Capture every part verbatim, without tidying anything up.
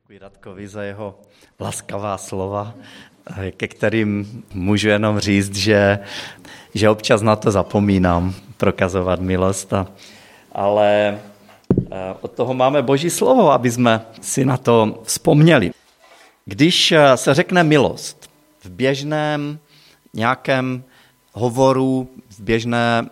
Děkuji Radkovi za jeho laskavá slova, ke kterým můžu jenom říct, že, že občas na to zapomínám, prokazovat milost. A, ale od toho máme Boží slovo, aby jsme si na to vzpomněli. Když se řekne milost v běžném nějakém hovoru, v běžné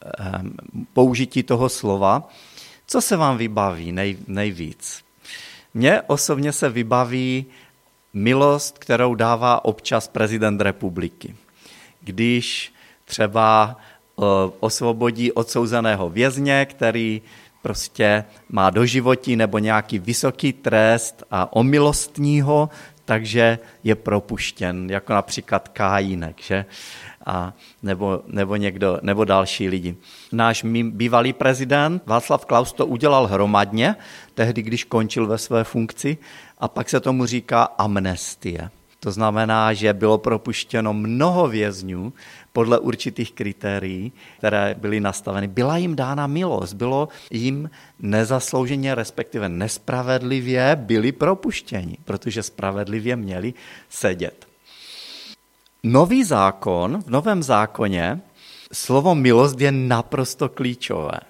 použití toho slova, co se vám vybaví nej, nejvíc? Mně osobně se vybaví milost, kterou dává občas prezident republiky. Když třeba osvobodí odsouzeného vězně, který prostě má doživotí nebo nějaký vysoký trest a omilostní ho, takže je propuštěn, jako například Kájínek, že? A nebo, nebo někdo, nebo další lidi. Náš bývalý prezident Václav Klaus to udělal hromadně, tehdy, když končil ve své funkci, a pak se tomu říká amnestie. To znamená, že bylo propuštěno mnoho vězňů podle určitých kritérií, které byly nastaveny. Byla jim dána milost, bylo jim nezaslouženě, respektive nespravedlivě byli propuštěni, protože spravedlivě měli sedět. Nový zákon, v Novém zákoně, slovo milost je naprosto klíčové.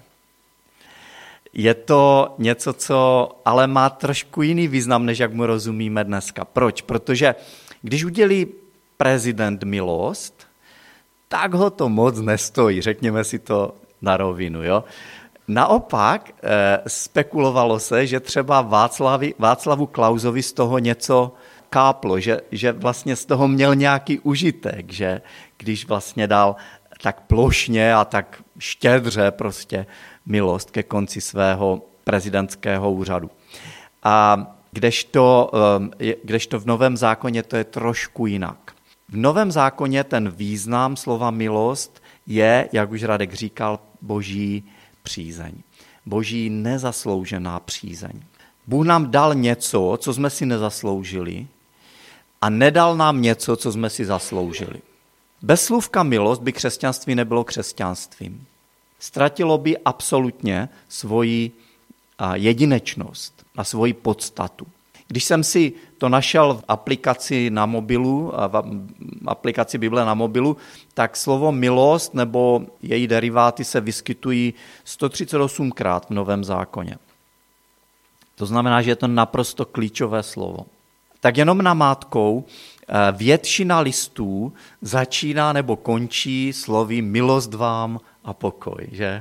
Je to něco, co ale má trošku jiný význam, než jak mu rozumíme dneska. Proč? Protože když udělí prezident milost, tak ho to moc nestojí, řekněme si to na rovinu. Jo? Naopak eh, spekulovalo se, že třeba Václavi, Václavu Klausovi z toho něco káplo, že, že vlastně z toho měl nějaký užitek, že když vlastně dal tak plošně a tak štědře prostě milost ke konci svého prezidentského úřadu. A kdežto, kdežto v Novém zákoně to je trošku jinak. V Novém zákoně ten význam slova milost je, jak už Radek říkal, boží přízeň. Boží nezasloužená přízeň. Bůh nám dal něco, co jsme si nezasloužili, a nedal nám něco, co jsme si zasloužili. Bez slůvka milost by křesťanství nebylo křesťanstvím. Ztratilo by absolutně svoji jedinečnost a svoji podstatu. Když jsem si to našel v aplikaci na mobilu, v aplikaci Bible na mobilu, tak slovo milost nebo její deriváty se vyskytují sto třicet osmkrát v Novém zákoně. To znamená, že je to naprosto klíčové slovo. Tak jenom namátkou, většina listů začíná nebo končí slovy milost vám a pokoj, že?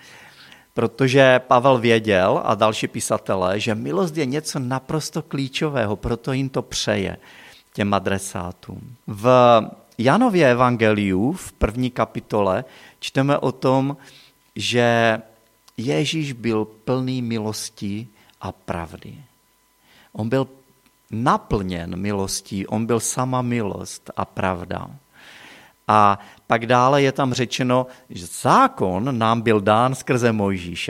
Protože Pavel věděl a další pisatelé, že milost je něco naprosto klíčového, proto jim to přeje těm adresátům. V Janově evangeliu v první kapitole čteme o tom, že Ježíš byl plný milosti a pravdy. On byl naplněn milostí, on byl sama milost a pravda. A pak dále je tam řečeno, že zákon nám byl dán skrze Mojžíše.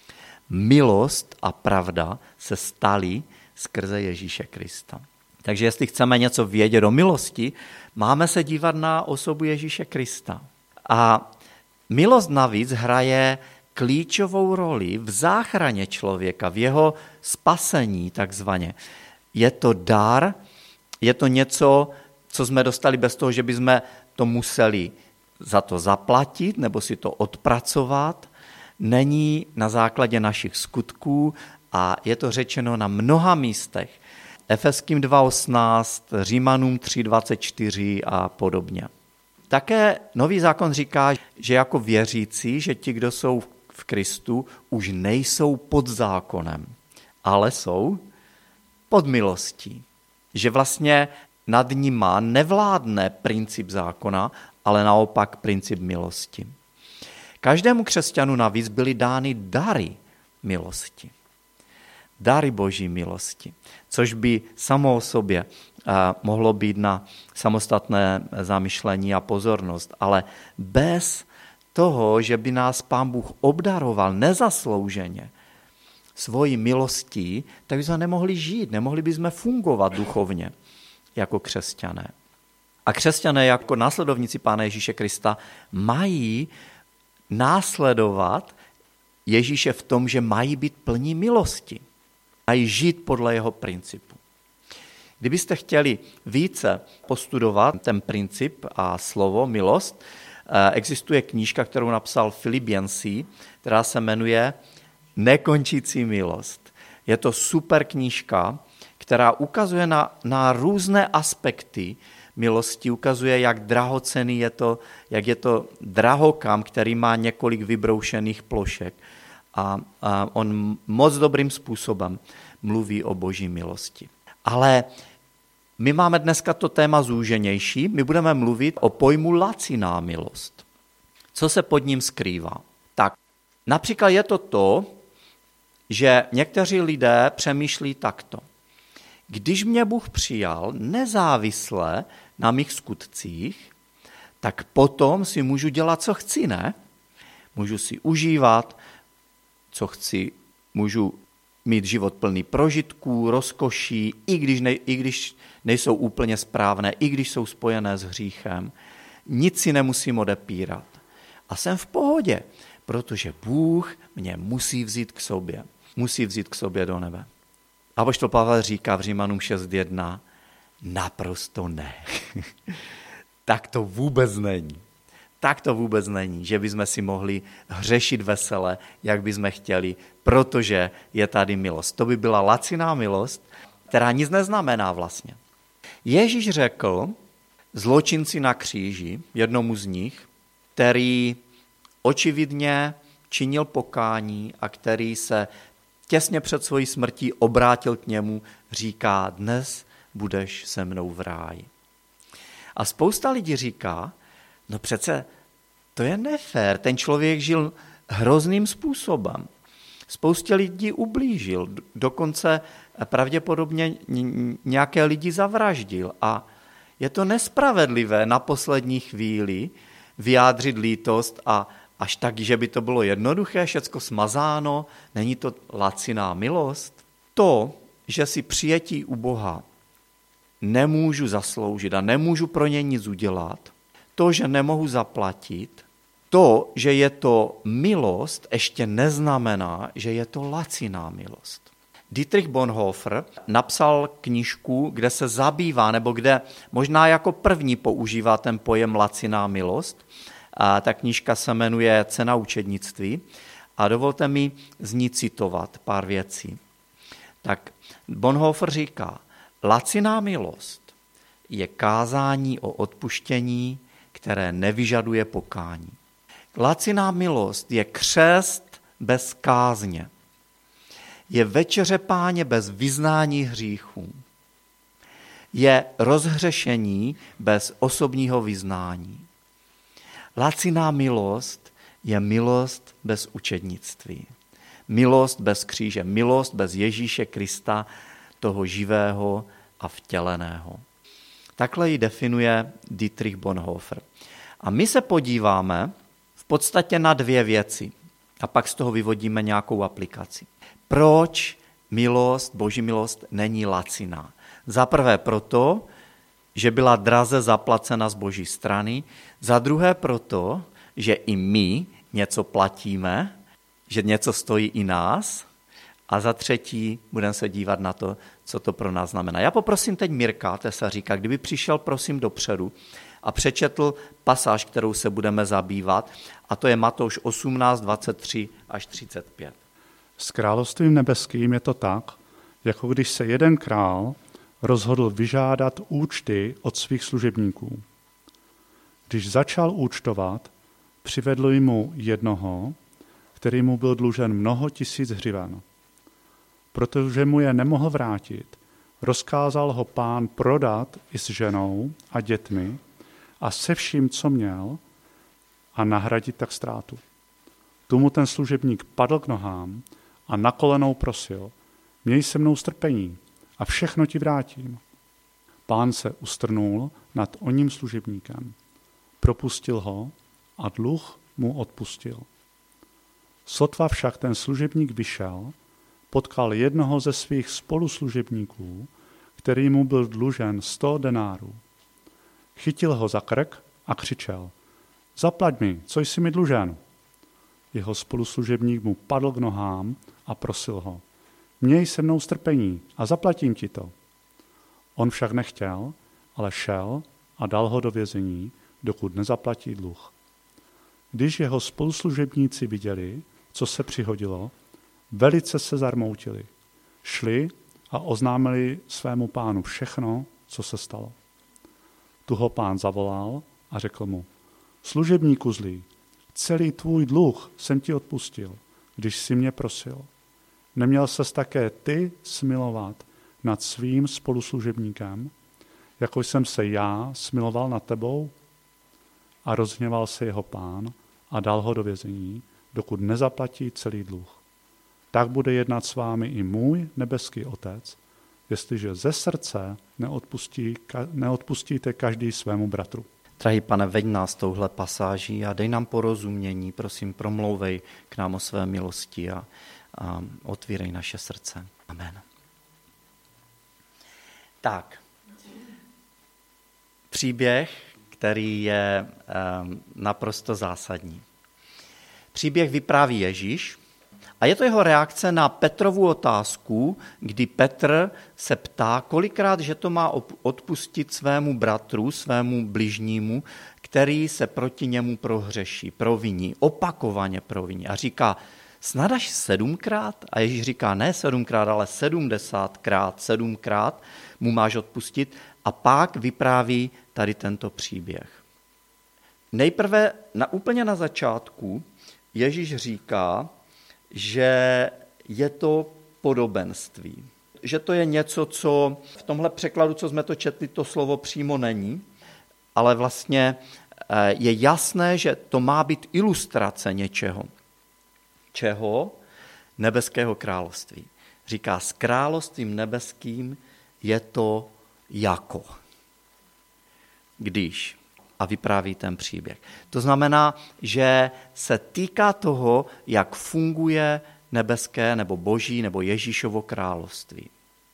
Milost a pravda se staly skrze Ježíše Krista. Takže jestli chceme něco vědět o milosti, máme se dívat na osobu Ježíše Krista. A milost navíc hraje klíčovou roli v záchraně člověka, v jeho spasení takzvaně. Je to dar, je to něco, co jsme dostali bez toho, že bychom to museli za to zaplatit nebo si to odpracovat. Není na základě našich skutků a je to řečeno na mnoha místech. Efeským dva osmnáct, Římanům tři dvacet čtyři a podobně. Také Nový zákon říká, že jako věřící, že ti, kdo jsou v Kristu, už nejsou pod zákonem, ale jsou pod milostí. Že vlastně nad nima nevládne princip zákona, ale naopak princip milosti. Každému křesťanu navíc byly dány dary milosti. Dary Boží milosti, což by samo o sobě mohlo být na samostatné zamyšlení a pozornost, ale bez toho, že by nás Pán Bůh obdaroval nezaslouženě svojí milostí, tak bychom nemohli žít, nemohli bychom fungovat duchovně jako křesťané. A křesťané jako následovníci Pána Ježíše Krista mají následovat Ježíše v tom, že mají být plní milosti. Mají žít podle jeho principu. Kdybyste chtěli více postudovat ten princip a slovo milost, existuje knížka, kterou napsal Philip Yancey, která se jmenuje Nekončící milost. Je to super knížka, která ukazuje na, na různé aspekty milosti, ukazuje, jak drahocenný je to, jak je to drahokam, který má několik vybroušených plošek. A, a on moc dobrým způsobem mluví o boží milosti. Ale my máme dneska to téma zúženější, my budeme mluvit o pojmu laciná milost. Co se pod ním skrývá? Tak, například je to to, že někteří lidé přemýšlí takto. Když mě Bůh přijal nezávisle na mých skutcích, tak potom si můžu dělat, co chci, ne? Můžu si užívat, co chci, můžu mít život plný prožitků, rozkoší, i když, ne, i když nejsou úplně správné, i když jsou spojené s hříchem. Nic si nemusím odepírat. A jsem v pohodě, protože Bůh mě musí vzít k sobě. Musí vzít k sobě do nebe. Apoštol Pavel říká v Římanům šest jedna, naprosto ne. Tak to vůbec není. Tak to vůbec není, že bychom si mohli hřešit vesele, jak bychom chtěli, protože je tady milost. To by byla laciná milost, která nic neznamená vlastně. Ježíš řekl zločinci na kříži, jednomu z nich, který očividně činil pokání a který se těsně před svojí smrtí obrátil k němu, říká, dnes budeš se mnou v ráji. A spousta lidí říká, no přece to je nefér, ten člověk žil hrozným způsobem. Spoustě lidí ublížil, dokonce pravděpodobně nějaké lidi zavraždil a je to nespravedlivé na poslední chvíli vyjádřit lítost a až tak, že by to bylo jednoduché, všecko smazáno, není to laciná milost. To, že si přijetí u Boha nemůžu zasloužit a nemůžu pro ně nic udělat, to, že nemohu zaplatit, to, že je to milost, ještě neznamená, že je to laciná milost. Dietrich Bonhoeffer napsal knížku, kde se zabývá, nebo kde možná jako první používá ten pojem laciná milost. A ta knížka se jmenuje Cena učednictví a dovolte mi z ní citovat pár věcí. Tak Bonhoeffer říká, laciná milost je kázání o odpuštění, které nevyžaduje pokání. Laciná milost je křest bez kázně. Je večeře Páně bez vyznání hříchů. Je rozhřešení bez osobního vyznání. Laciná milost je milost bez učednictví. Milost bez kříže, milost bez Ježíše Krista, toho živého a vtěleného. Takhle ji definuje Dietrich Bonhoeffer. A my se podíváme v podstatě na dvě věci a pak z toho vyvodíme nějakou aplikaci. Proč milost, boží milost není laciná? Za prvé proto, že byla draze zaplacena z boží strany, za druhé proto, že i my něco platíme, že něco stojí i nás a za třetí budeme se dívat na to, co to pro nás znamená. Já poprosím teď Mirka Tesaříka, kdyby přišel prosím dopředu a přečetl pasáž, kterou se budeme zabývat, a to je Matouš osmnáct, dvacet tři až třicet pět. S královstvím nebeským je to tak, jako když se jeden král rozhodl vyžádat účty od svých služebníků. Když začal účtovat, přivedl mu jednoho, který mu byl dlužen mnoho tisíc hřiven. Protože mu je nemohl vrátit, rozkázal ho pán prodat i s ženou a dětmi a se vším, co měl, a nahradit tak ztrátu. Tu mu ten služebník padl k nohám a na kolenou prosil, měj se mnou strpení a všechno ti vrátím. Pán se ustrnul nad oním služebníkem, propustil ho a dluh mu odpustil. Sotva však ten služebník vyšel, potkal jednoho ze svých spoluslužebníků, který mu byl dlužen sto denárů. Chytil ho za krk a křičel, zaplať mi, co jsi mi dlužen. Jeho spoluslužebník mu padl k nohám a prosil ho, měj se mnou strpení a zaplatím ti to. On však nechtěl, ale šel a dal ho do vězení, dokud nezaplatí dluh. Když jeho spoluslužebníci viděli, co se přihodilo, velice se zarmoutili. Šli a oznámili svému pánu všechno, co se stalo. Tu ho pán zavolal a řekl mu, služebníku zlý, celý tvůj dluh jsem ti odpustil, když jsi mě prosil. Neměl ses také ty smilovat nad svým spoluslužebníkem, jako jsem se já smiloval nad tebou? A rozhněval se jeho pán a dal ho do vězení, dokud nezaplatí celý dluh. Tak bude jednat s vámi i můj nebeský Otec, jestliže ze srdce neodpustí, neodpustíte každý svému bratru. Drahý Pane, veď nás touhle pasáží a dej nám porozumění, prosím, promlouvej k nám o své milosti a, a otvírej naše srdce. Amen. Tak, příběh, který je um, naprosto zásadní. Příběh vypráví Ježíš a je to jeho reakce na Petrovu otázku, kdy Petr se ptá, kolikrát, že to má odpustit svému bratru, svému bližnímu, který se proti němu prohřeší, proviní, opakovaně proviní. A říká, snad až sedmkrát? A Ježíš říká, ne sedmkrát, ale sedmdesátkrát, sedmkrát mu máš odpustit. A pak vypráví tady tento příběh. Nejprve na, úplně na začátku Ježíš říká, že je to podobenství. Že to je něco, co v tomhle překladu, co jsme to četli, to slovo přímo není, ale vlastně je jasné, že to má být ilustrace něčeho. Čeho? Nebeského království. Říká, s královstvím nebeským je to jako. Když. A vypráví ten příběh. To znamená, že se týká toho, jak funguje nebeské nebo boží nebo Ježíšovo království.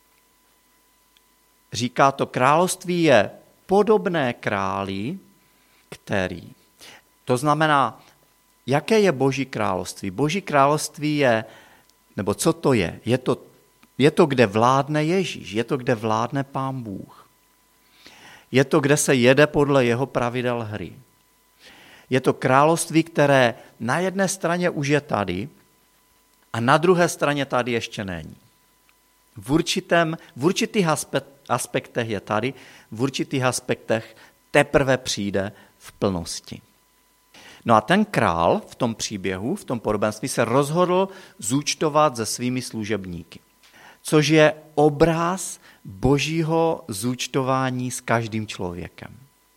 Říká to, království je podobné králi, který. To znamená, jaké je boží království? Boží království je, nebo co to je? Je to, je to, kde vládne Ježíš, je to, kde vládne Pán Bůh. Je to, kde se jede podle jeho pravidel hry. Je to království, které na jedné straně už je tady a na druhé straně tady ještě není. V, určitém, v určitých aspektech je tady, v určitých aspektech teprve přijde v plnosti. No a ten král v tom příběhu, v tom podobenství se rozhodl zúčtovat se svými služebníky, což je obraz božího zúčtování s každým člověkem.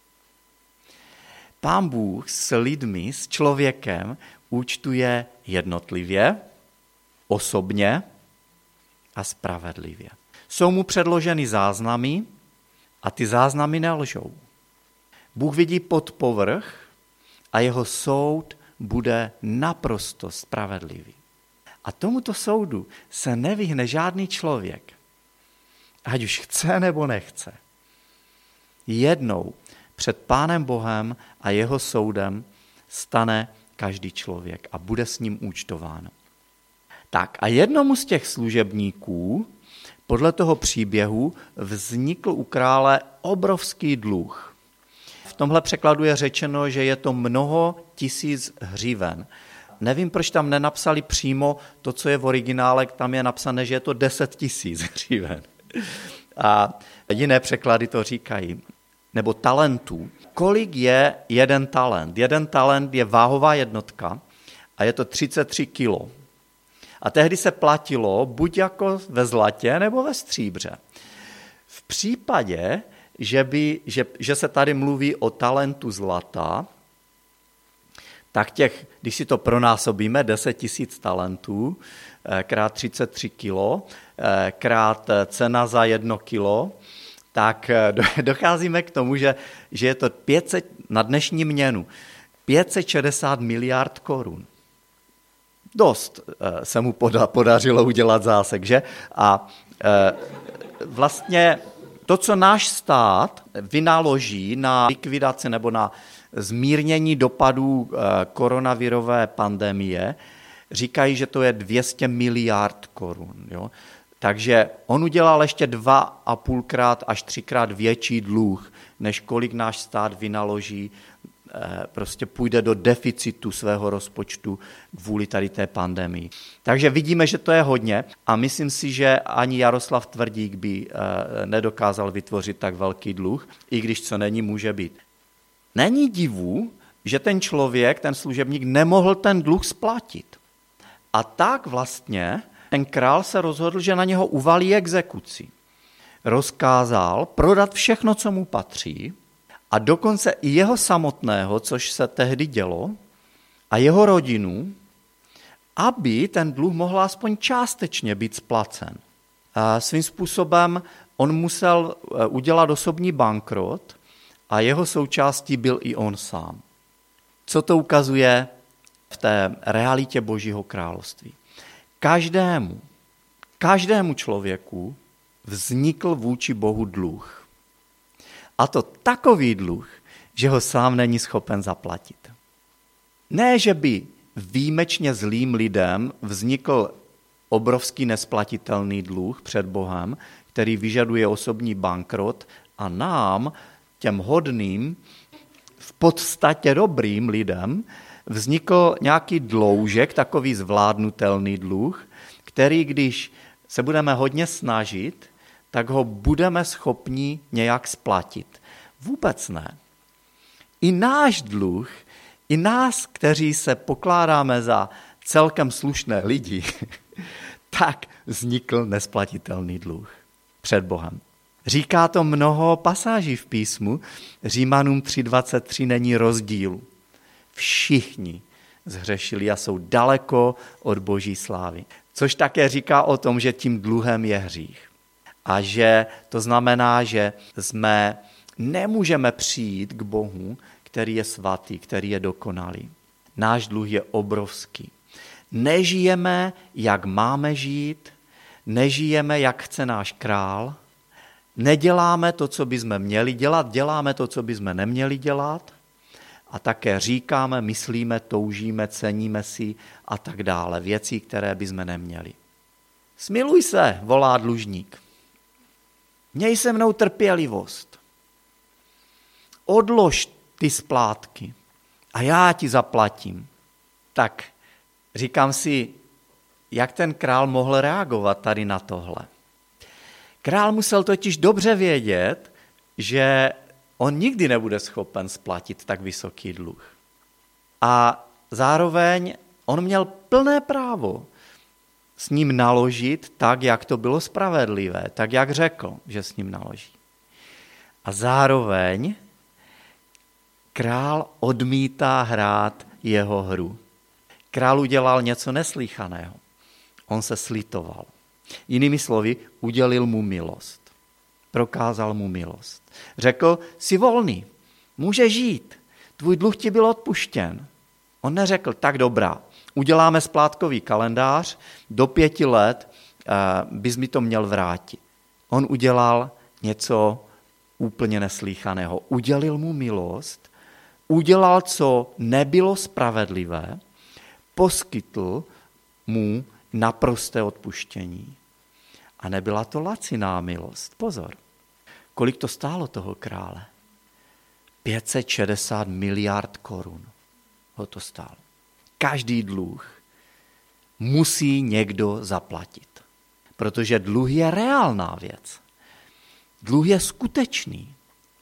Pán Bůh s lidmi, s člověkem účtuje jednotlivě, osobně a spravedlivě. Jsou mu předloženy záznamy a ty záznamy nelžou. Bůh vidí pod povrch a jeho soud bude naprosto spravedlivý. A tomuto soudu se nevyhne žádný člověk, ať už chce nebo nechce. Jednou před Pánem Bohem a jeho soudem stane každý člověk a bude s ním účtováno. Tak a jednomu z těch služebníků podle toho příběhu vznikl u krále obrovský dluh. V tomhle překladu je řečeno, že je to mnoho tisíc hřiven. Nevím, proč tam nenapsali přímo to, co je v originále, tam je napsané, že je to deset tisíc hřiven. A jiné překlady to říkají. Nebo talentů. Kolik je jeden talent? Jeden talent je váhová jednotka a je to třicet tři kilo. A tehdy se platilo buď jako ve zlatě nebo ve stříbře. V případě, že, by, že, že se tady mluví o talentu zlata, tak těch, když si to pronásobíme, deset tisíc talentů, krát třicet tři kilo, krát cena za jedno kilo, tak docházíme k tomu, že, že je to pět set, na dnešní měnu pět set šedesát miliard korun. Dost se mu podařilo udělat zásek, že? A vlastně to, co náš stát vynaloží na likvidaci nebo na zmírnění dopadů koronavirové pandemie, říkají, že to je dvě stě miliard korun. Jo? Takže on udělal ještě dva a půlkrát až třikrát větší dluh, než kolik náš stát vynaloží, prostě půjde do deficitu svého rozpočtu kvůli tady té pandemii. Takže vidíme, že to je hodně a myslím si, že ani Jaroslav Tvrdík by nedokázal vytvořit tak velký dluh, i když co není, může být. Není divu, že ten člověk, ten služebník, nemohl ten dluh splatit. A tak vlastně ten král se rozhodl, že na něho uvalí exekuci. Rozkázal prodat všechno, co mu patří, a dokonce i jeho samotného, což se tehdy dělo, a jeho rodinu, aby ten dluh mohl aspoň částečně být splacen. A svým způsobem on musel udělat osobní bankrot a jeho součástí byl i on sám. Co to ukazuje v té realitě Božího království? Každému, každému člověku vznikl vůči Bohu dluh. A to takový dluh, že ho sám není schopen zaplatit. Ne, že by výjimečně zlým lidem vznikl obrovský nesplatitelný dluh před Bohem, který vyžaduje osobní bankrot, a nám, těm hodným, v podstatě dobrým lidem, vznikl nějaký dloužek, takový zvládnutelný dluh, který, když se budeme hodně snažit, tak ho budeme schopni nějak splatit. Vůbec ne. I náš dluh, i nás, kteří se pokládáme za celkem slušné lidi, tak vznikl nesplatitelný dluh před Bohem. Říká to mnoho pasáží v písmu, Římanům tři dvacet tři není rozdílu. Všichni zhřešili a jsou daleko od Boží slávy. Což také říká o tom, že tím dluhem je hřích. A že to znamená, že jsme nemůžeme přijít k Bohu, který je svatý, který je dokonalý. Náš dluh je obrovský. Nežijeme, jak máme žít, nežijeme, jak chce náš král, neděláme to, co bychom měli dělat, děláme to, co bychom neměli dělat a také říkáme, myslíme, toužíme, ceníme si a tak dále. Věci, které bychom neměli. Smiluj se, volá dlužník. Měj se mnou trpělivost. Odlož ty splátky a já ti zaplatím. Tak říkám si, jak ten král mohl reagovat tady na tohle. Král musel totiž dobře vědět, že on nikdy nebude schopen splatit tak vysoký dluh. A zároveň on měl plné právo s ním naložit tak, jak to bylo spravedlivé, tak, jak řekl, že s ním naloží. A zároveň král odmítá hrát jeho hru. Král udělal něco neslýchaného. On se slitoval. Jinými slovy, udělil mu milost. Prokázal mu milost. Řekl, jsi volný, můžeš žít, tvůj dluh ti byl odpuštěn. On neřekl, tak dobrá, uděláme splátkový kalendář, do pěti let uh, bys mi to měl vrátit. On udělal něco úplně neslýchaného. Udělil mu milost, udělal, co nebylo spravedlivé, poskytl mu naprosté odpuštění. A nebyla to laciná milost. Pozor, kolik to stálo toho krále? pět set šedesát miliard korun ho to stálo. Každý dluh musí někdo zaplatit, protože dluh je reálná věc. Dluh je skutečný.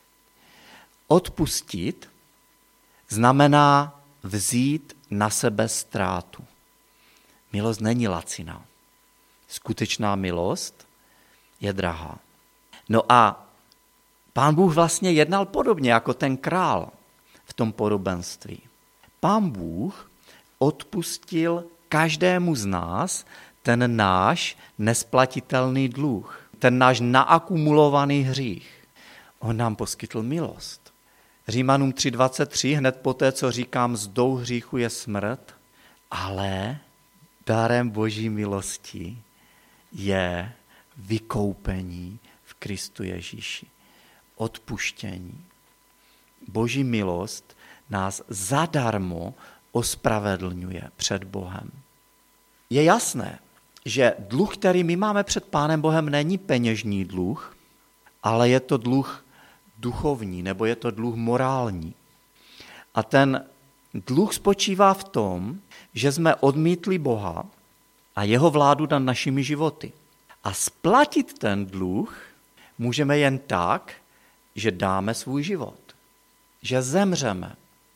Odpustit znamená vzít na sebe ztrátu. Milost není laciná. Skutečná milost je drahá. No a Pán Bůh vlastně jednal podobně jako ten král v tom podobenství. Pán Bůh odpustil každému z nás ten náš nesplatitelný dluh, ten náš naakumulovaný hřích. On nám poskytl milost. Římanům tři dvacet tři, hned poté, co říkám, mzdou hříchu je smrt, ale darem Boží milosti je vykoupení v Kristu Ježíši. Odpuštění. Boží milost nás zadarmo ospravedlňuje před Bohem. Je jasné, že dluh, který my máme před Pánem Bohem, není peněžní dluh, ale je to dluh duchovní, nebo je to dluh morální. A ten dluh spočívá v tom, že jsme odmítli Boha a jeho vládu nad našimi životy. A splatit ten dluh můžeme jen tak, že dáme svůj život, že zemřeme.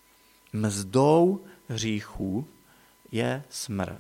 Mzdou hříchu je smrt.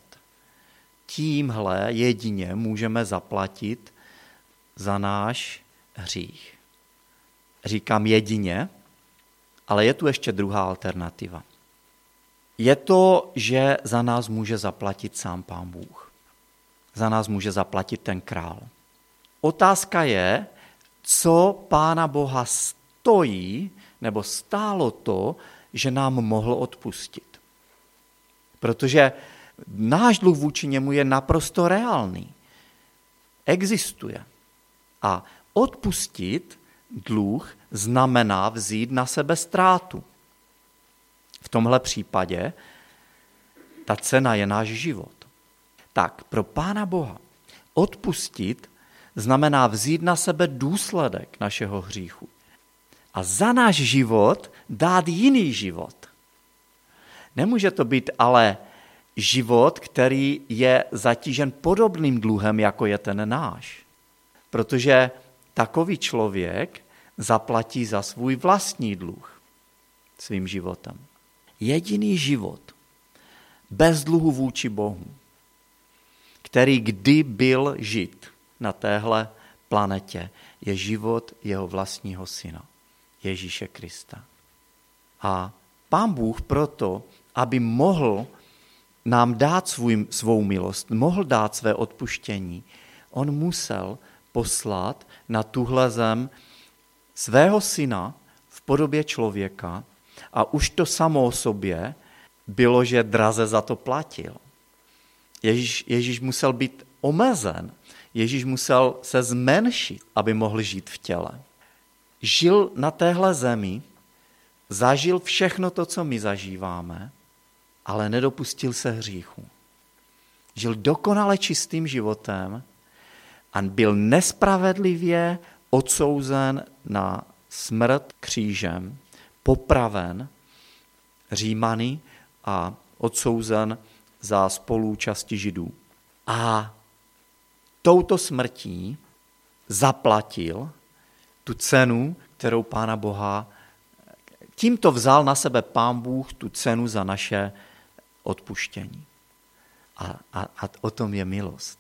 Tímhle jedině můžeme zaplatit za náš hřích. Říkám jedině, ale je tu ještě druhá alternativa. Je to, že za nás může zaplatit sám Pán Bůh. Za nás může zaplatit ten král. Otázka je, co Pána Boha stojí, nebo stálo to, že nám mohl odpustit. Protože náš dluh vůči němu je naprosto reálný. Existuje. A odpustit dluh znamená vzít na sebe ztrátu. V tomhle případě ta cena je náš život. Tak pro Pána Boha odpustit znamená vzít na sebe důsledek našeho hříchu. A za náš život dát jiný život. Nemůže to být ale život, který je zatížen podobným dluhem, jako je ten náš. Protože takový člověk zaplatí za svůj vlastní dluh svým životem. Jediný život bez dluhu vůči Bohu, který kdy byl žit na téhle planetě, je život jeho vlastního syna, Ježíše Krista. A Pán Bůh proto, aby mohl nám dát svůj, svou milost, mohl dát své odpuštění, on musel poslat na tuhle zem svého syna v podobě člověka a už to samo o sobě bylo, že draze za to platil. Ježíš, Ježíš musel být omezen, Ježíš musel se zmenšit, aby mohl žít v těle. Žil na téhle zemi, zažil všechno to, co my zažíváme, ale nedopustil se hříchu. Žil dokonale čistým životem a byl nespravedlivě odsouzen na smrt křížem, popraven Římany a odsouzen za spoluúčasti Židů. A touto smrtí zaplatil tu cenu, kterou Pána Boha, tímto vzal na sebe Pán Bůh tu cenu za naše odpuštění. A, a, a o tom je milost.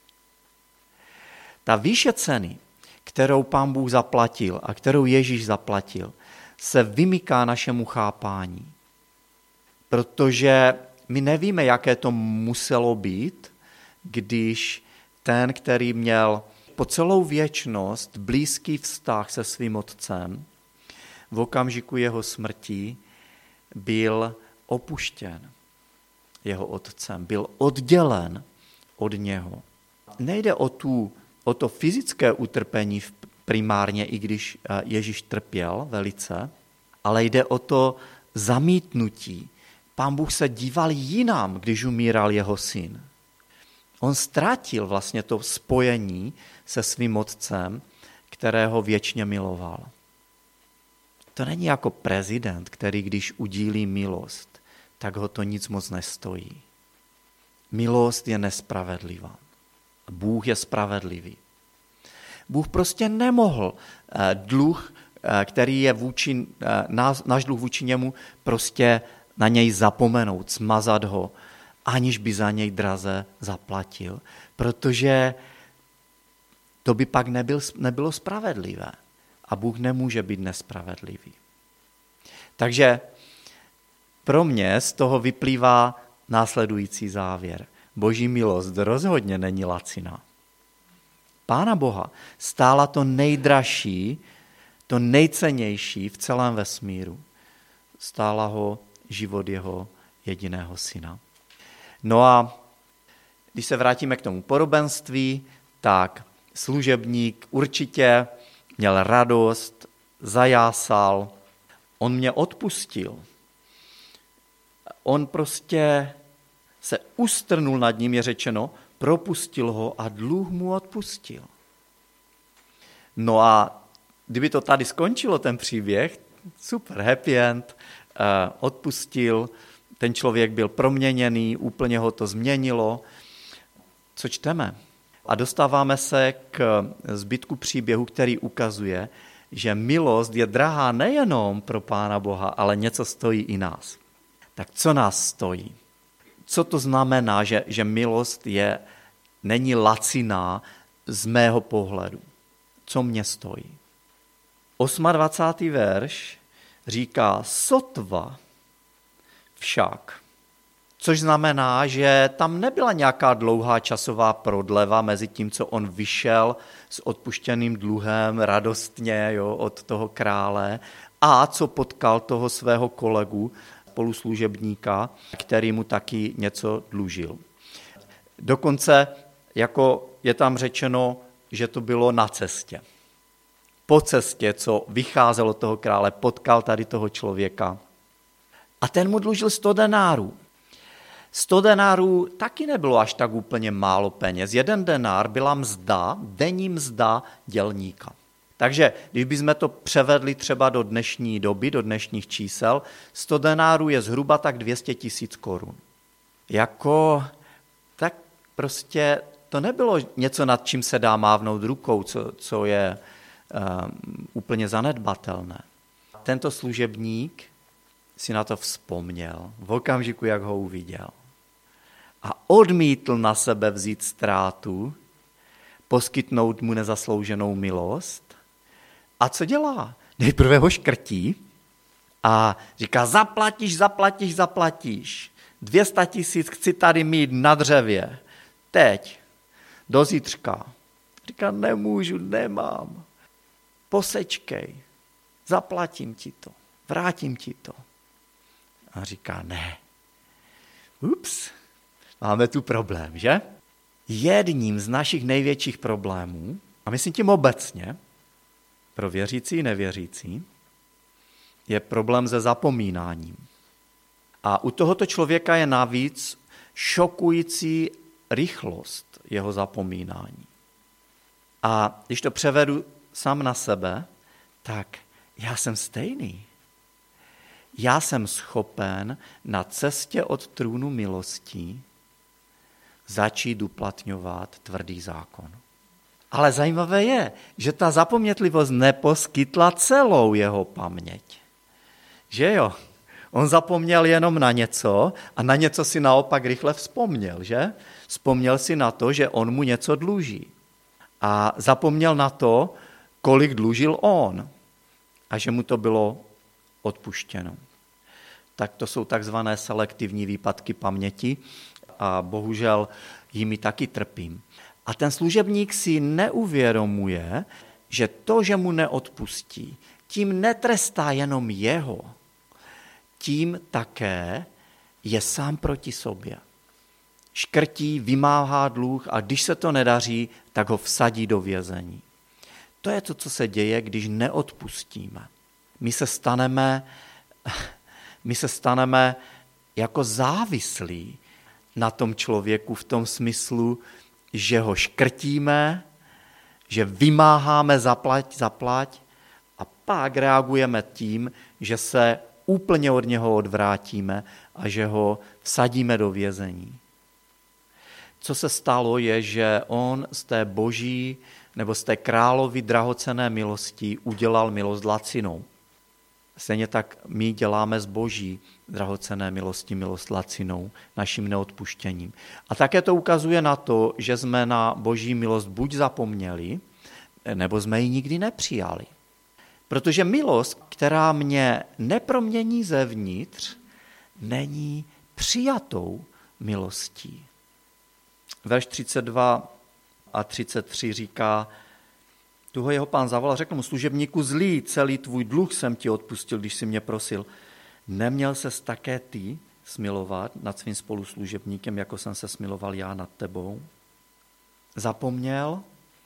Ta výše ceny, kterou Pán Bůh zaplatil a kterou Ježíš zaplatil, se vymyká našemu chápání. Protože my nevíme, jaké to muselo být, když ten, který měl po celou věčnost blízký vztah se svým otcem, v okamžiku jeho smrti byl opuštěn jeho otcem, byl oddělen od něho. Nejde o, tu, o to fyzické utrpení primárně, i když Ježíš trpěl velice, ale jde o to zamítnutí. Pán Bůh se díval jinam, když umíral jeho syn. On ztratil vlastně to spojení se svým otcem, kterého věčně miloval. To není jako prezident, který když udílí milost, tak ho to nic moc nestojí. Milost je nespravedlivá. Bůh je spravedlivý. Bůh prostě nemohl dluh, který je vůči, náš dluh vůči němu, prostě na něj zapomenout, smazat ho, aniž by za něj draze zaplatil, protože to by pak nebyl, nebylo spravedlivé. A Bůh nemůže být nespravedlivý. Takže pro mě z toho vyplývá následující závěr. Boží milost rozhodně není laciná. Pána Boha stála to nejdražší, to nejcennější v celém vesmíru. Stála ho život jeho jediného syna. No a když se vrátíme k tomu podobenství, tak služebník určitě měl radost, zajásal, on mě odpustil. On prostě se ustrnul nad ním, je řečeno, propustil ho a dluh mu odpustil. No a kdyby to tady skončilo, ten příběh, super, happy end, odpustil, ten člověk byl proměněný, úplně ho to změnilo. Co čteme? A dostáváme se k zbytku příběhu, který ukazuje, že milost je drahá nejenom pro Pána Boha, ale něco stojí i nás. Tak co nás stojí? Co to znamená, že, že milost je, není laciná z mého pohledu? Co mě stojí? dvacátý osmý verš říká sotva však. Což znamená, že tam nebyla nějaká dlouhá časová prodleva mezi tím, co on vyšel s odpuštěným dluhem radostně jo, od toho krále a co potkal toho svého kolegu, spoluslužebníka, který mu taky něco dlužil. Dokonce jako je tam řečeno, že to bylo na cestě. Po cestě, co vycházelo toho krále, potkal tady toho člověka. A ten mu dlužil sto denárů. sto denárů taky nebylo až tak úplně málo peněz. Jeden denár byla mzda, denní mzda dělníka. Takže když bychom to převedli třeba do dnešní doby, do dnešních čísel, sto denárů je zhruba tak dvě stě tisíc korun. Jako, tak prostě to nebylo něco, nad čím se dá mávnout rukou, co, co je um, úplně zanedbatelné. Tento služebník si na to vzpomněl v okamžiku, jak ho uviděl. A odmítl na sebe vzít ztrátu, poskytnout mu nezaslouženou milost. A co dělá? Nejprve ho škrtí a říká, zaplatíš, zaplatíš, zaplatíš. dvě stě tisíc chci tady mít na dřevě. Teď, do zítřka. Říká, nemůžu, nemám. Posečkej, zaplatím ti to, vrátím ti to. A říká, ne. Ups, máme tu problém, že? Jedním z našich největších problémů, a myslím tím obecně, pro věřící i nevěřící, je problém se zapomínáním. A u tohoto člověka je navíc šokující rychlost jeho zapomínání. A když to převedu sám na sebe, tak já jsem stejný. Já jsem schopen na cestě od trůnu milostí začít uplatňovat tvrdý zákon. Ale zajímavé je, že ta zapomnětlivost neposkytla celou jeho paměť. Že jo? On zapomněl jenom na něco a na něco si naopak rychle vzpomněl, že? Vzpomněl si na to, že on mu něco dluží. A zapomněl na to, kolik dlužil on a že mu to bylo odpuštěno. Tak to jsou takzvané selektivní výpadky paměti a bohužel jimi taky trpím. A ten služebník si neuvědomuje, že to, že mu neodpustí, tím netrestá jenom jeho, tím také je sám proti sobě. Škrtí, vymáhá dluh a když se to nedaří, tak ho vsadí do vězení. To je to, co se děje, když neodpustíme. My se staneme, my se staneme jako závislí na tom člověku v tom smyslu, že ho škrtíme, že vymáháme zaplať, zaplať a pak reagujeme tím, že se úplně od něho odvrátíme a že ho vsadíme do vězení. Co se stalo je, že on z té boží nebo z té královy drahocenné milosti udělal milost lacinou. Stejně tak my děláme z boží drahocenné milosti milost lacinou, naším neodpuštěním. A také to ukazuje na to, že jsme na boží milost buď zapomněli, nebo jsme ji nikdy nepřijali. Protože milost, která mě nepromění zevnitř, není přijatou milostí. Verš třicet dva a třicet tři říká, tu ho jeho pán zavolal, řekl mu, služebníku zlý, celý tvůj dluh jsem ti odpustil, když jsi mě prosil. Neměl ses také ty smilovat nad svým spoluslužebníkem, jako jsem se smiloval já nad tebou? Zapomněl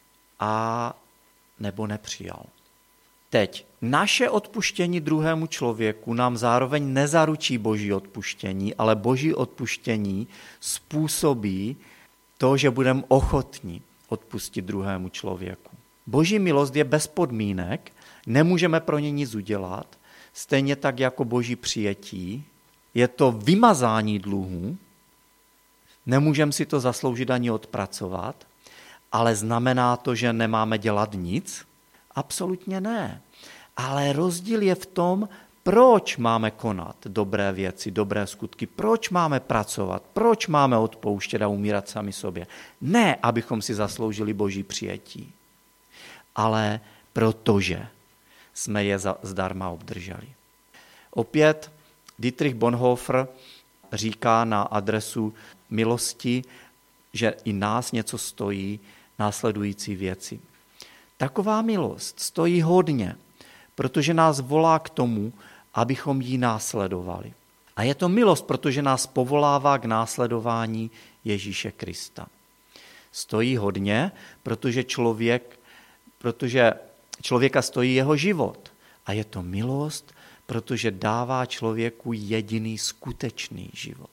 a nebo nepřijal. Teď, naše odpuštění druhému člověku nám zároveň nezaručí boží odpuštění, ale boží odpuštění způsobí to, že budeme ochotní odpustit druhému člověku. Boží milost je bez podmínek, nemůžeme pro ně nic udělat, stejně tak jako boží přijetí. Je to vymazání dluhů, nemůžeme si to zasloužit ani odpracovat, ale znamená to, že nemáme dělat nic? Absolutně ne. Ale rozdíl je v tom, proč máme konat dobré věci, dobré skutky, proč máme pracovat, proč máme odpouštět a umírat sami sobě. Ne, abychom si zasloužili boží přijetí, ale protože jsme je zdarma obdrželi. Opět Dietrich Bonhoeffer říká na adresu milosti, že i nás něco stojí, následující věci. Taková milost stojí hodně, protože nás volá k tomu, abychom ji následovali. A je to milost, protože nás povolává k následování Ježíše Krista. Stojí hodně, protože, člověk, protože člověka stojí jeho život. A je to milost, protože dává člověku jediný skutečný život.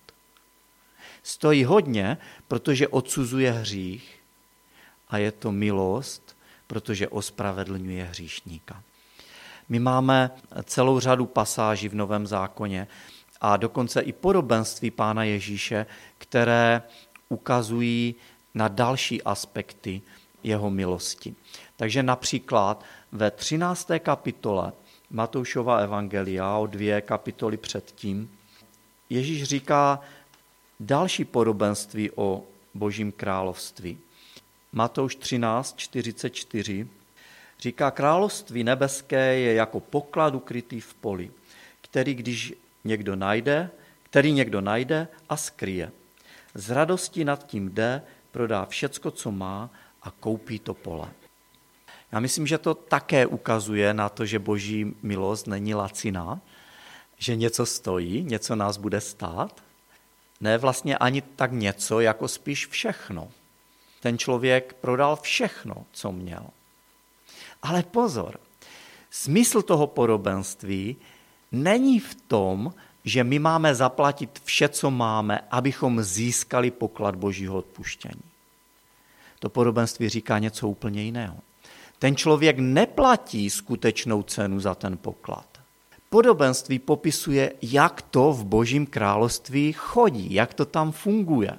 Stojí hodně, protože odsuzuje hřích. A je to milost, protože ospravedlňuje hříšníka. My máme celou řadu pasáží v Novém zákoně a dokonce i podobenství Pána Ježíše, které ukazují na další aspekty jeho milosti. Takže například ve třinácté kapitole Matoušova evangelia, o dvě kapitoly předtím, Ježíš říká další podobenství o Božím království. Matouš třináct čtyřicet čtyři říká, království nebeské je jako poklad ukrytý v poli, který když někdo najde, který někdo najde a skryje. Z radosti nad tím jde, prodá všecko, co má a koupí to pole. Já myslím, že to také ukazuje na to, že boží milost není laciná, že něco stojí, něco nás bude stát. Ne vlastně ani tak něco, jako spíš všechno. Ten člověk prodal všechno, co měl. Ale pozor, smysl toho podobenství není v tom, že my máme zaplatit vše, co máme, abychom získali poklad božího odpuštění. To podobenství říká něco úplně jiného. Ten člověk neplatí skutečnou cenu za ten poklad. Podobenství popisuje, jak to v božím království chodí, jak to tam funguje.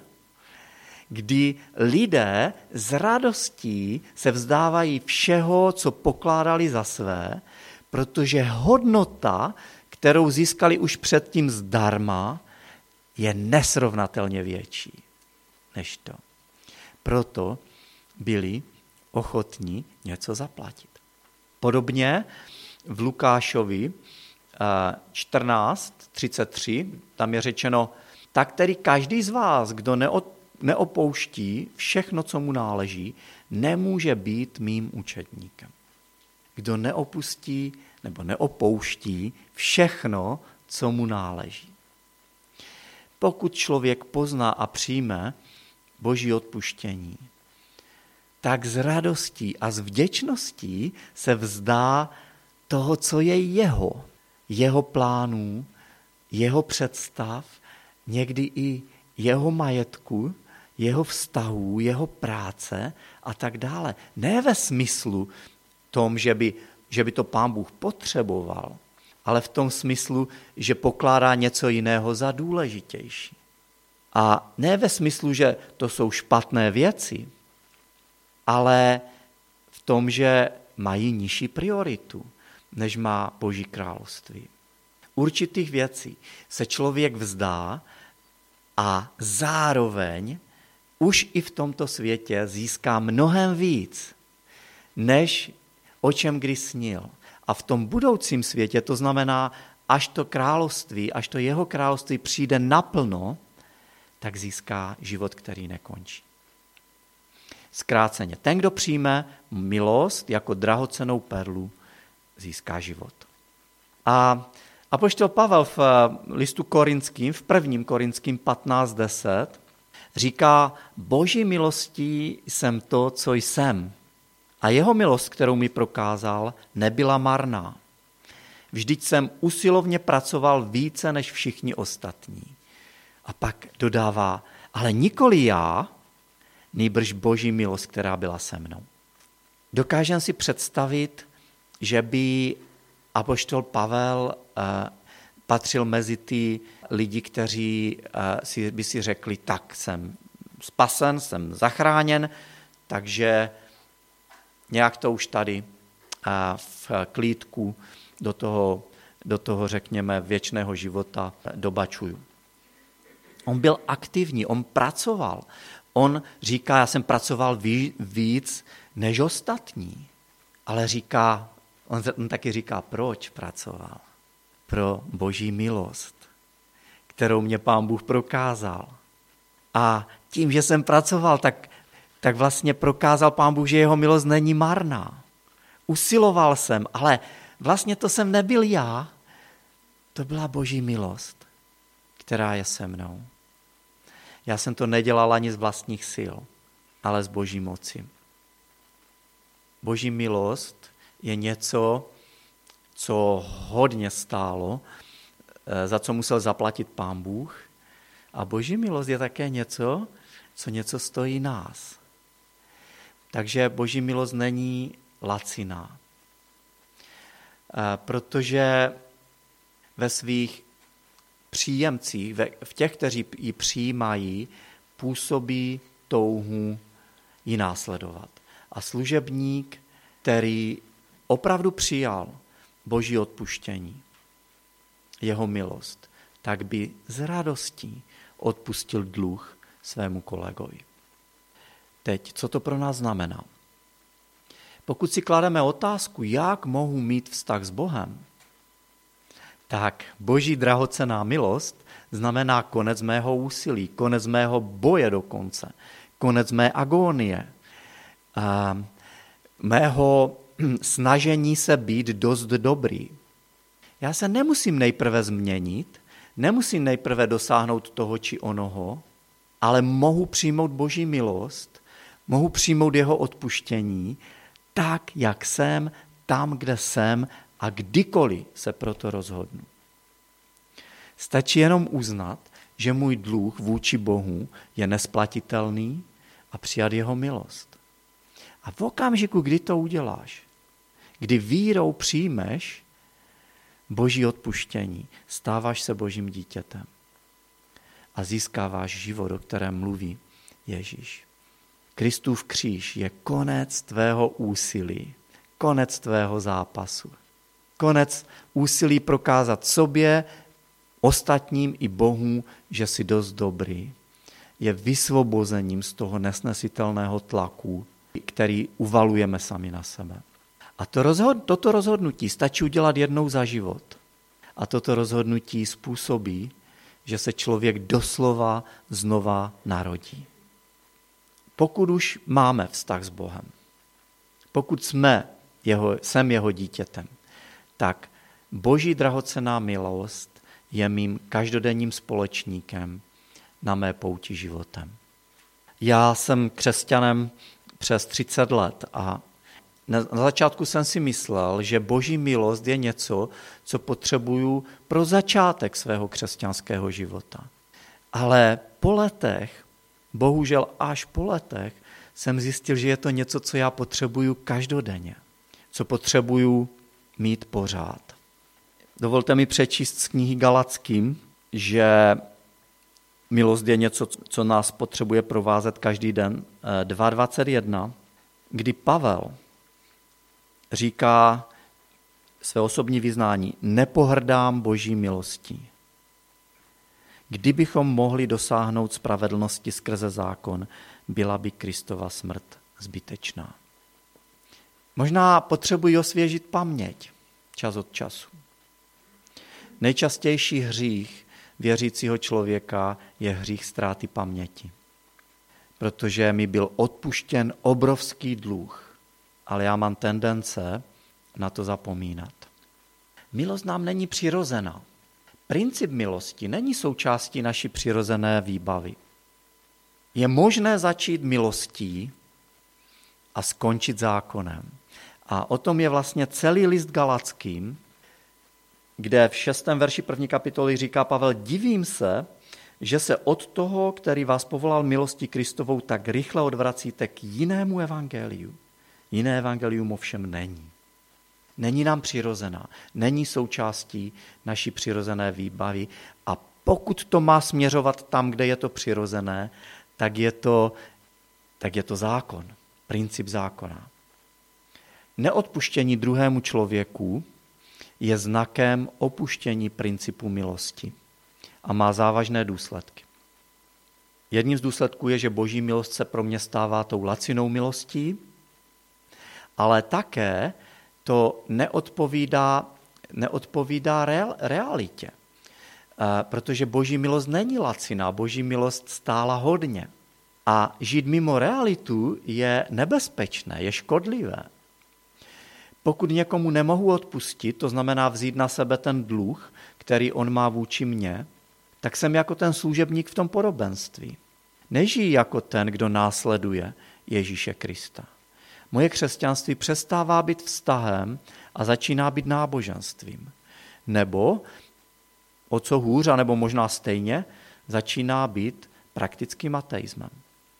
Kdy lidé s radostí se vzdávají všeho, co pokládali za své, protože hodnota, kterou získali už předtím zdarma, je nesrovnatelně větší než to. Proto byli ochotní něco zaplatit. Podobně v Lukášovi čtrnáct třicet tři, tam je řečeno, tak tedy každý z vás, kdo neopouští všechno, co mu náleží, nemůže být mým učedníkem. Kdo neopustí nebo neopouští všechno, co mu náleží. Pokud člověk pozná a přijme boží odpuštění, tak s radostí a s vděčností se vzdá toho, co je jeho, jeho plánů, jeho představ, někdy i jeho majetku, jeho vztahů, jeho práce a tak dále. Ne ve smyslu tom, že by, že by to Pán Bůh potřeboval, ale v tom smyslu, že pokládá něco jiného za důležitější. A ne ve smyslu, že to jsou špatné věci, ale v tom, že mají nižší prioritu, než má Boží království. Určitých věcí se člověk vzdá a zároveň už i v tomto světě získá mnohem víc, než o čem kdy snil. A v tom budoucím světě, to znamená, až to království, až to jeho království přijde naplno, tak získá život, který nekončí. Zkráceně, ten, kdo přijme milost jako drahocennou perlu, získá život. A apoštol Pavel v listu Korinským, v prvním Korinským patnáct deset, říká, boží milostí jsem to, co jsem. A jeho milost, kterou mi prokázal, nebyla marná. Vždyť jsem usilovně pracoval více než všichni ostatní. A pak dodává, ale nikoli já, nýbrž Boží milost, která byla se mnou. Dokážem si představit, že by apoštol Pavel patřil mezi ty lidi, kteří si, by si řekli, tak jsem spasen, jsem zachráněn, takže nějak to už tady v klídku do toho, do toho, řekněme, věčného života dobačuju. On byl aktivní, on pracoval. On říká, já jsem pracoval víc než ostatní, ale říká, on, on taky říká, proč pracoval? Pro Boží milost, kterou mě Pán Bůh prokázal. A tím, že jsem pracoval, tak, tak vlastně prokázal Pán Bůh, že jeho milost není marná. Usiloval jsem, ale vlastně to jsem nebyl já, to byla Boží milost, která je se mnou. Já jsem to nedělal ani z vlastních sil, ale z Boží moci. Boží milost je něco, co hodně stálo, za co musel zaplatit Pán Bůh. A Boží milost je také něco, co něco stojí nás. Takže Boží milost není laciná. Protože ve svých příjemcích, v těch, kteří ji přijímají, působí touhu ji následovat. A služebník, který opravdu přijal Boží odpuštění, jeho milost, tak by s radostí odpustil dluh svému kolegovi. Teď, co to pro nás znamená? Pokud si klademe otázku, jak mohu mít vztah s Bohem, tak Boží drahocenná milost znamená konec mého úsilí, konec mého boje dokonce, konec mé agónie, mého snažení se být dost dobrý. Já se nemusím nejprve změnit, nemusím nejprve dosáhnout toho či onoho, ale mohu přijmout Boží milost, mohu přijmout jeho odpuštění tak, jak jsem, tam, kde jsem a kdykoliv se proto rozhodnu. Stačí jenom uznat, že můj dluh vůči Bohu je nesplatitelný a přijat jeho milost. A v okamžiku, kdy to uděláš, kdy vírou přijmeš Boží odpuštění, stáváš se Božím dítětem a získáváš život, o kterém mluví Ježíš. Kristův kříž je konec tvého úsilí, konec tvého zápasu. Konec úsilí prokázat sobě, ostatním i Bohu, že jsi dost dobrý. Je vysvobozením z toho nesnesitelného tlaku, který uvalujeme sami na sebe. A to rozhod, toto rozhodnutí stačí udělat jednou za život. A toto rozhodnutí způsobí, že se člověk doslova znova narodí. Pokud už máme vztah s Bohem, pokud jsme jeho, jsem jeho dítětem, tak Boží drahocenná milost je mým každodenním společníkem na mé pouti životem. Já jsem křesťanem přes třicet let a na začátku jsem si myslel, že Boží milost je něco, co potřebuju pro začátek svého křesťanského života. Ale po letech, bohužel až po letech, jsem zjistil, že je to něco, co já potřebuju každodenně, co potřebuju mít pořád. Dovolte mi přečíst z knihy Galackým, že milost je něco, co nás potřebuje provázet každý den. dva dvacet jedna, kdy Pavel říká své osobní vyznání, nepohrdám Boží milostí. Kdybychom mohli dosáhnout spravedlnosti skrze zákon, byla by Kristova smrt zbytečná. Možná potřebuji osvěžit paměť čas od času. Nejčastější hřích věřícího člověka je hřích ztráty paměti, protože mi byl odpuštěn obrovský dluh, ale já mám tendence na to zapomínat. Milost nám není přirozená. Princip milosti není součástí naší přirozené výbavy. Je možné začít milostí a skončit zákonem. A o tom je vlastně celý list Galackým, kde v šestém verši první kapitoly říká Pavel, divím se, že se od toho, který vás povolal milostí Kristovou, tak rychle odvracíte k jinému evangeliu. Jiné evangelium ovšem není. Není nám přirozená, není součástí naší přirozené výbavy a pokud to má směřovat tam, kde je to přirozené, tak je to, tak je to zákon, princip zákona. Neodpuštění druhému člověku je znakem opuštění principu milosti a má závažné důsledky. Jedním z důsledků je, že boží milost se pro mě stává tou lacinou milostí, ale také to neodpovídá, neodpovídá real, realitě, protože boží milost není laciná, boží milost stála hodně. A žít mimo realitu je nebezpečné, je škodlivé. Pokud někomu nemohu odpustit, to znamená vzít na sebe ten dluh, který on má vůči mně, tak jsem jako ten služebník v tom podobenství. Nežiji jako ten, kdo následuje Ježíše Krista. Moje křesťanství přestává být vztahem a začíná být náboženstvím. Nebo, o co hůř, anebo možná stejně, začíná být praktickým ateismem.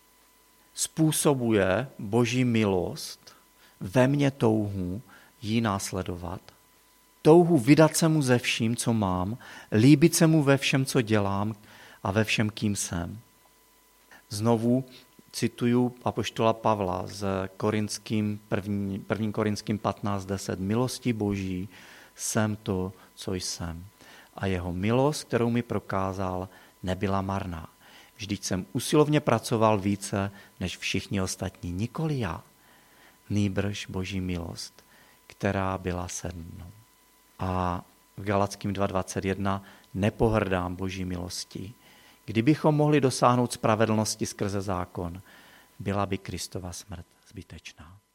Způsobuje boží milost ve mně touhu jí následovat, touhu vydat se mu ze vším, co mám, líbit se mu ve všem, co dělám a ve všem, kým jsem. Znovu cituju apoštola Pavla z Korinským, první, první Korinským patnáct deset. Milostí boží jsem to, co jsem. A jeho milost, kterou mi prokázal, nebyla marná. Vždyť jsem usilovně pracoval více než všichni ostatní, nikoli já, nýbrž boží milost, která byla se mnou. A v Galackým dva dvacet jedna nepohrdám boží milostí. Kdybychom mohli dosáhnout spravedlnosti skrze zákon, byla by Kristova smrt zbytečná.